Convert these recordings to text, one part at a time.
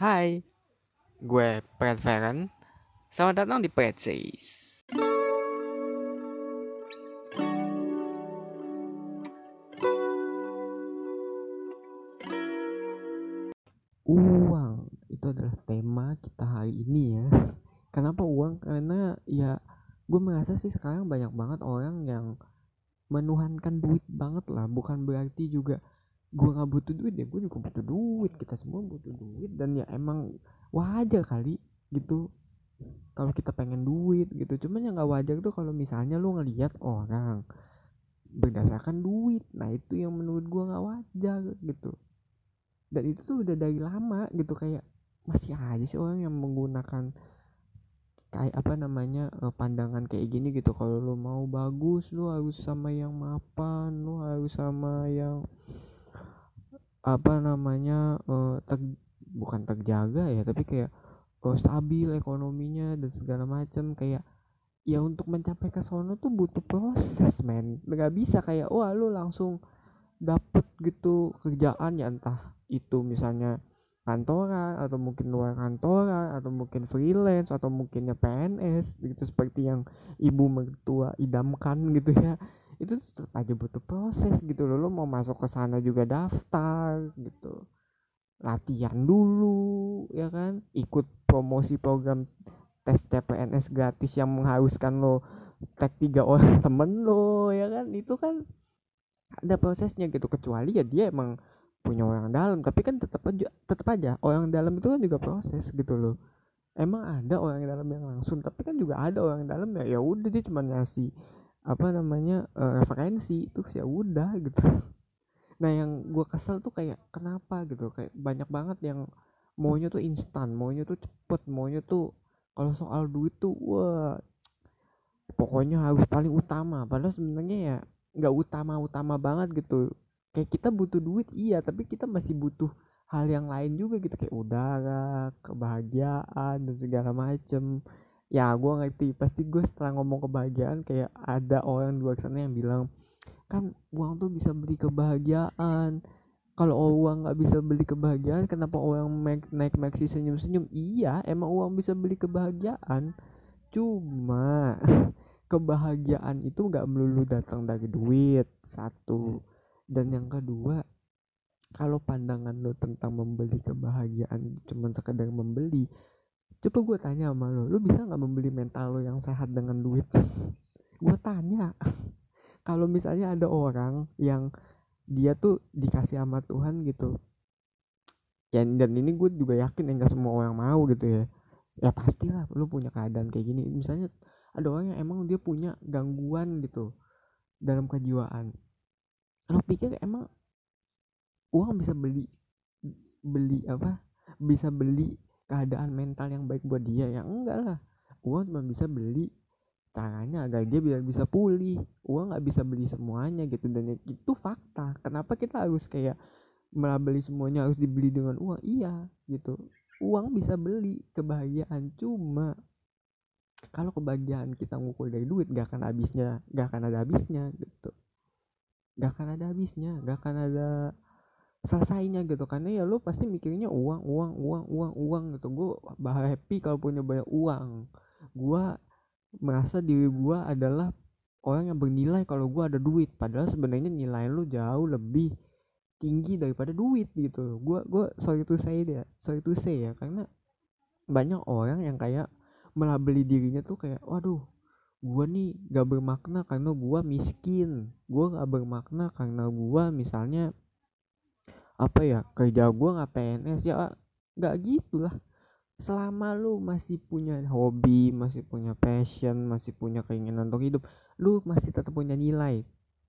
Hai, gue Pret Feren. Selamat datang di Pret Says. Uang itu adalah tema kita hari ini ya. Kenapa uang? Karena ya gue merasa sih sekarang banyak banget orang yang menuhankan duit banget lah. Bukan berarti juga gue gak butuh duit ya, gue juga butuh duit. Kita semua butuh duit dan ya emang wajar kali gitu kalau kita pengen duit gitu. Cuman yang gak wajar tuh kalau misalnya lu ngelihat orang berdasarkan duit. Nah itu yang menurut gue nggak wajar gitu. Dan itu tuh udah dari lama gitu, kayak masih aja sih orang yang menggunakan kayak apa namanya pandangan kayak gini gitu. Kalau lu mau bagus lu harus sama yang mapan, lu harus sama yang apa namanya bukan terjaga ya, tapi kayak stabil ekonominya dan segala macam. Kayak ya untuk mencapai ke sono tuh butuh proses men, nggak bisa kayak wah lu langsung dapet gitu kerjaan ya, entah itu misalnya kantoran atau mungkin luar kantoran atau mungkin freelance atau mungkinnya PNS gitu seperti yang ibu mertua idamkan gitu ya. Itu tetap aja butuh proses gitu loh. Lo mau masuk ke sana juga daftar gitu, latihan dulu ya kan, ikut promosi program tes CPNS gratis yang mengharuskan lo tag 3 orang temen lo ya kan. Itu kan ada prosesnya gitu, kecuali ya dia emang punya orang dalam, tapi kan tetap aja orang dalam itu kan juga proses gitu loh. Emang ada orang dalam yang langsung, tapi kan juga ada orang dalam ya udah dia cuma ngasih apa namanya referensi itu ya udah gitu. Nah yang gue kesel tuh kayak kenapa gitu, kayak banyak banget yang maunya tuh instan, maunya tuh cepet, maunya tuh kalau soal duit tuh wah pokoknya harus paling utama, padahal sebenarnya ya nggak utama-utama banget gitu. Kayak kita butuh duit iya, tapi kita masih butuh hal yang lain juga gitu, kayak udara, kebahagiaan dan segala macem. Ya gue ngerti pasti gue setelah ngomong kebahagiaan kayak ada orang di luar sana yang bilang kan uang tuh bisa beli kebahagiaan. Kalau uang nggak bisa beli kebahagiaan, kenapa orang naik maxi senyum-senyum? Iya emang uang bisa beli kebahagiaan, cuma kebahagiaan itu nggak melulu datang dari duit satu. Dan yang kedua, kalau pandangan lo tentang membeli kebahagiaan cuma sekedar membeli, coba gue tanya sama lo bisa nggak membeli mental lo yang sehat dengan duit? Gue tanya, kalau misalnya ada orang yang dia tuh dikasih sama Tuhan gitu ya, dan ini gue juga yakin enggak semua orang mau gitu ya. Ya pastilah lu punya keadaan kayak gini, misalnya ada orang yang emang dia punya gangguan gitu dalam kejiwaan. Lo pikir emang uang bisa beli beli apa bisa beli keadaan mental yang baik buat dia? Ya enggak lah. Uang cuma bisa beli caranya agar dia biar bisa pulih. Uang nggak bisa beli semuanya gitu, dan itu fakta. Kenapa kita harus kayak melabeli semuanya harus dibeli dengan uang? Iya gitu, uang bisa beli kebahagiaan, cuma kalau kebahagiaan kita ngukur dari duit gak akan habisnya, gak akan ada habisnya gitu, gak akan ada habisnya, gak akan ada selesainya gitu. Karena ya lo pasti mikirnya uang uang uang uang uang gitu. Gue happy kalau punya banyak uang. Gue merasa diri gue adalah orang yang bernilai kalau gue ada duit, padahal sebenarnya nilai lo jauh lebih tinggi daripada duit gitu. Gue sorry to say ya, karena banyak orang yang kayak melabeli dirinya tuh kayak waduh, gue nih gak bermakna karena gue miskin, gue gak bermakna karena gue misalnya apa ya, kerja gue nggak PNS ya. Nggak gitulah. Selama lu masih punya hobi, masih punya passion, masih punya keinginan untuk hidup, lu masih tetap punya nilai.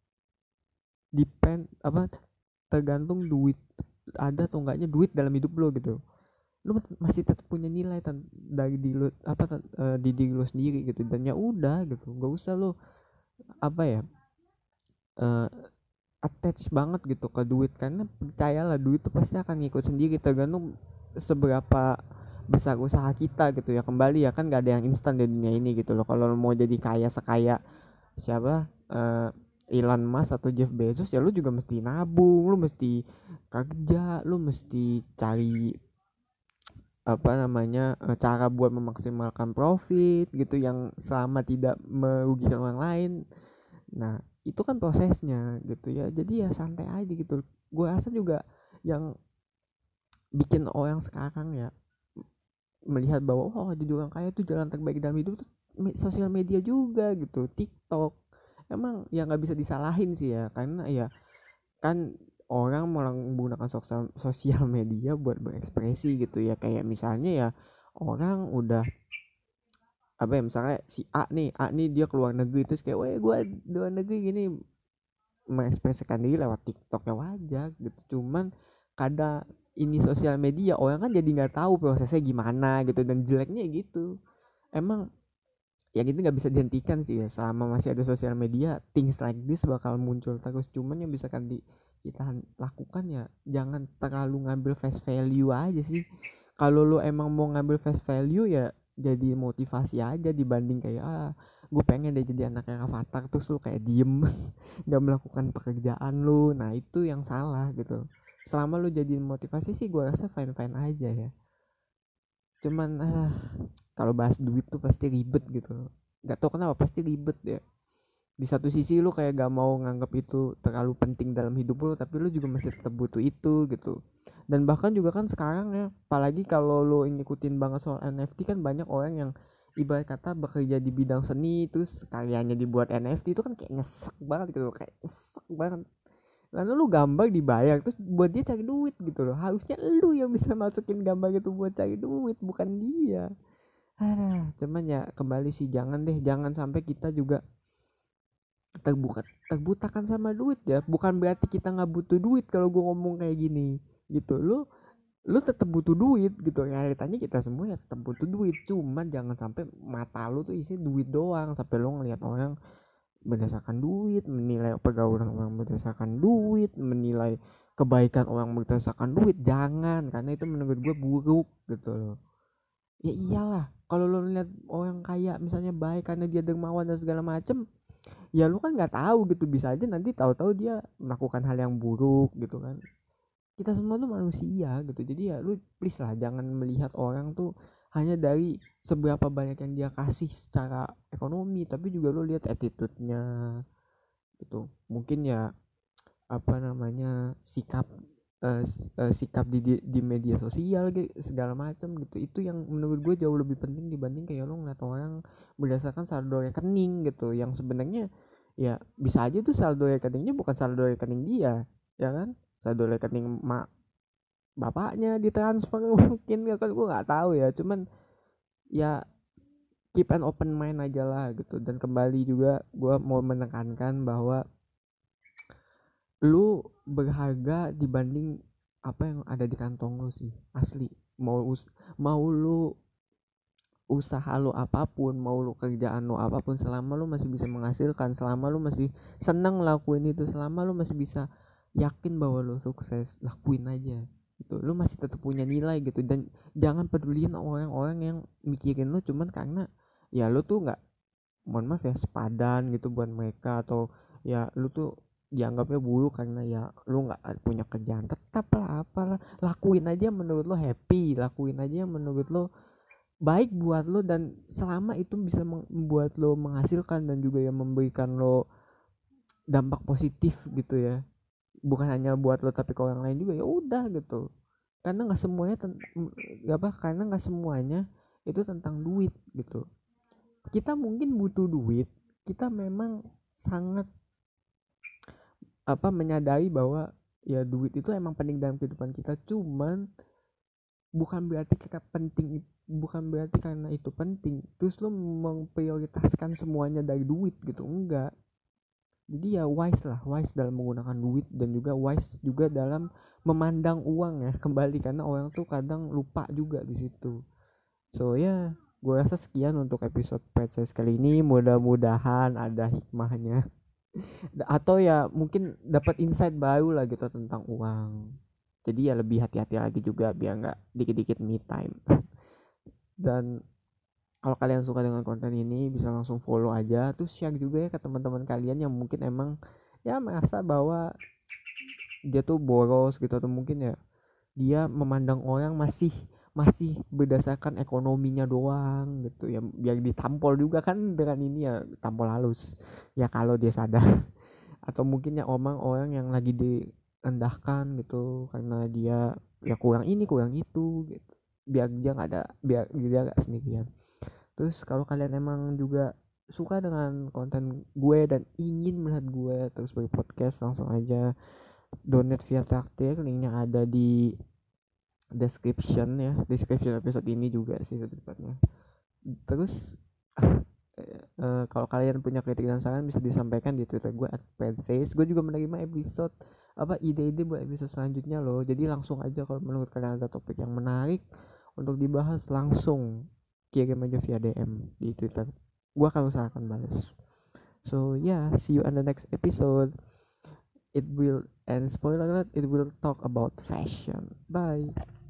Depend apa, tergantung duit ada atau enggaknya duit dalam hidup lo gitu. Lu masih tetap punya nilai dari di lu apa di diri lu sendiri gitu. Dan ya udah gitu, nggak usah lo apa ya uh, attach banget gitu ke duit, karena percayalah duit tuh pasti akan ngikut sendiri, tergantung seberapa besar usaha kita gitu ya. Kembali ya kan gak ada yang instan di dunia ini gitu loh. Kalau mau jadi kaya sekaya siapa Elon Musk atau Jeff Bezos ya lu juga mesti nabung, lu mesti kerja, lu mesti cari cara buat memaksimalkan profit gitu yang selama tidak merugikan orang lain. Nah itu kan prosesnya gitu ya, jadi ya santai aja gitu. Gue rasa juga yang bikin orang sekarang ya melihat bahwa jadi orang kaya itu jalan terbaik dalam hidup tuh sosial media juga gitu, TikTok. Emang ya nggak bisa disalahin sih ya, karena ya kan orang menggunakan sosial media buat berekspresi gitu ya. Kayak misalnya ya orang udah misalnya si A nih dia keluar negeri terus kayak, weh gue luar negeri gini, mengekspresikan diri lewat TikTok, ya wajar gitu. Cuman kadang ini sosial media orang kan jadi nggak tahu prosesnya gimana gitu, dan jeleknya gitu. Emang ya gitu nggak bisa dihentikan sih ya, selama masih ada sosial media things like this bakal muncul terus. Cuman yang bisa kan kita lakukan ya jangan terlalu ngambil face value aja sih. Kalau lo emang mau ngambil face value ya jadi motivasi aja, dibanding kayak gue pengen deh jadi anaknya Avatar terus lo kayak diem nggak melakukan pekerjaan lo. Nah itu yang salah gitu. Selama lo jadi motivasi sih gue rasa fine fine aja ya. Cuman kalau bahas duit tuh pasti ribet gitu, nggak tahu kenapa pasti ribet ya. Di satu sisi lu kayak gak mau nganggap itu terlalu penting dalam hidup lu, tapi lu juga masih tetap butuh itu gitu. Dan bahkan juga kan sekarang ya, apalagi kalau lu ngikutin banget soal NFT, kan banyak orang yang ibarat kata bekerja di bidang seni terus karyanya dibuat NFT. Itu kan kayak nyesek banget gitu, kayak nyesek banget. Lalu lu gambar dibayar terus buat dia cari duit gitu loh. Harusnya lu yang bisa masukin gambar itu buat cari duit, bukan dia. Cuman ya kembali sih, jangan sampai kita juga terbutakan sama duit ya. Bukan berarti kita nggak butuh duit kalau gue ngomong kayak gini gitu. Lu tetap butuh duit gitu. Realitanya kita semua ya tetap butuh duit. Cuman jangan sampai mata lu tuh isi duit doang, sampai lu ngelihat orang berdasarkan duit, menilai pergaulan orang berdasarkan duit, menilai kebaikan orang berdasarkan duit. Jangan, karena itu menurut gue buruk gitu loh. Ya iyalah, kalau lu lihat orang kaya misalnya baik karena dia dermawan dan segala macem, ya lu kan nggak tahu gitu, bisa aja nanti tahu-tahu dia melakukan hal yang buruk gitu kan. Kita semua tuh manusia gitu, jadi ya lu please lah jangan melihat orang tuh hanya dari seberapa banyak yang dia kasih secara ekonomi, tapi juga lu lihat attitude-nya gitu. Mungkin ya sikap sikap di media sosial gitu, segala macam gitu. Itu yang menurut gue jauh lebih penting dibanding kayak lo ngeliat orang berdasarkan saldo rekening gitu, yang sebenarnya ya bisa aja tuh saldo rekeningnya bukan saldo rekening dia, ya kan, saldo rekening mak bapaknya ditransfer mungkin ya kan, gue nggak tahu ya. Cuman ya keep an open mind aja lah gitu. Dan kembali juga gue mau menekankan bahwa lu berharga dibanding apa yang ada di kantong lu sih, asli. Mau lu usaha lu apapun, mau lu kerjaan lu apapun, selama lu masih bisa menghasilkan, selama lu masih senang lakuin itu, selama lu masih bisa yakin bahwa lu sukses, lakuin aja gitu. Lu masih tetap punya nilai gitu. Dan jangan peduliin orang-orang yang mikirin lu cuman karena ya lu tuh nggak, mohon maaf ya, sepadan gitu buat mereka, atau ya lu tuh dianggapnya buruk karena ya lu nggak punya kerjaan tetap lah. Apalah, lakuin aja menurut lo happy, lakuin aja menurut lo baik buat lo, dan selama itu bisa membuat lo menghasilkan dan juga yang memberikan lo dampak positif gitu ya, bukan hanya buat lo tapi ke orang lain juga, ya udah gitu. Karena nggak semuanya karena nggak semuanya itu tentang duit gitu. Kita mungkin butuh duit, kita memang sangat menyadari bahwa ya duit itu emang penting dalam kehidupan kita. Cuman bukan berarti karena itu penting terus lo memprioritaskan semuanya dari duit gitu, enggak. Jadi ya wise dalam menggunakan duit, dan juga wise juga dalam memandang uang ya, kembali, karena orang tuh kadang lupa juga di situ. So ya, gue rasa sekian untuk episode podcast kali ini. Mudah-mudahan ada hikmahnya atau ya mungkin dapat insight baru lah gitu tentang uang. Jadi ya lebih hati-hati lagi juga biar nggak dikit-dikit me time. Dan kalau kalian suka dengan konten ini bisa langsung follow aja, terus share juga ya ke teman-teman kalian yang mungkin emang ya merasa bahwa dia tuh boros gitu, atau mungkin ya dia memandang orang masih masih berdasarkan ekonominya doang gitu ya, biar ditampol juga kan dengan ini ya, tampol halus ya kalau dia sadar. Atau mungkin ya omang orang yang lagi direndahkan gitu karena dia ya kurang ini kurang itu gitu, biar dia nggak ada, biar dia nggak sendirian. Terus kalau kalian emang juga suka dengan konten gue dan ingin melihat gue terus berpodcast, langsung aja donate via Traktir, linknya ada di description ya, description episode ini juga sih tepatnya. Terus kalau kalian punya kritik dan saran bisa disampaikan di Twitter gue @pensays. Gue juga menerima episode ide-ide buat episode selanjutnya loh. Jadi langsung aja kalau menurut kalian ada topik yang menarik untuk dibahas, langsung kirim aja via DM di Twitter. Gue akan usahakan balas. So yeah, see you on the next episode. It will, and spoiler alert, it will talk about fashion. Bye.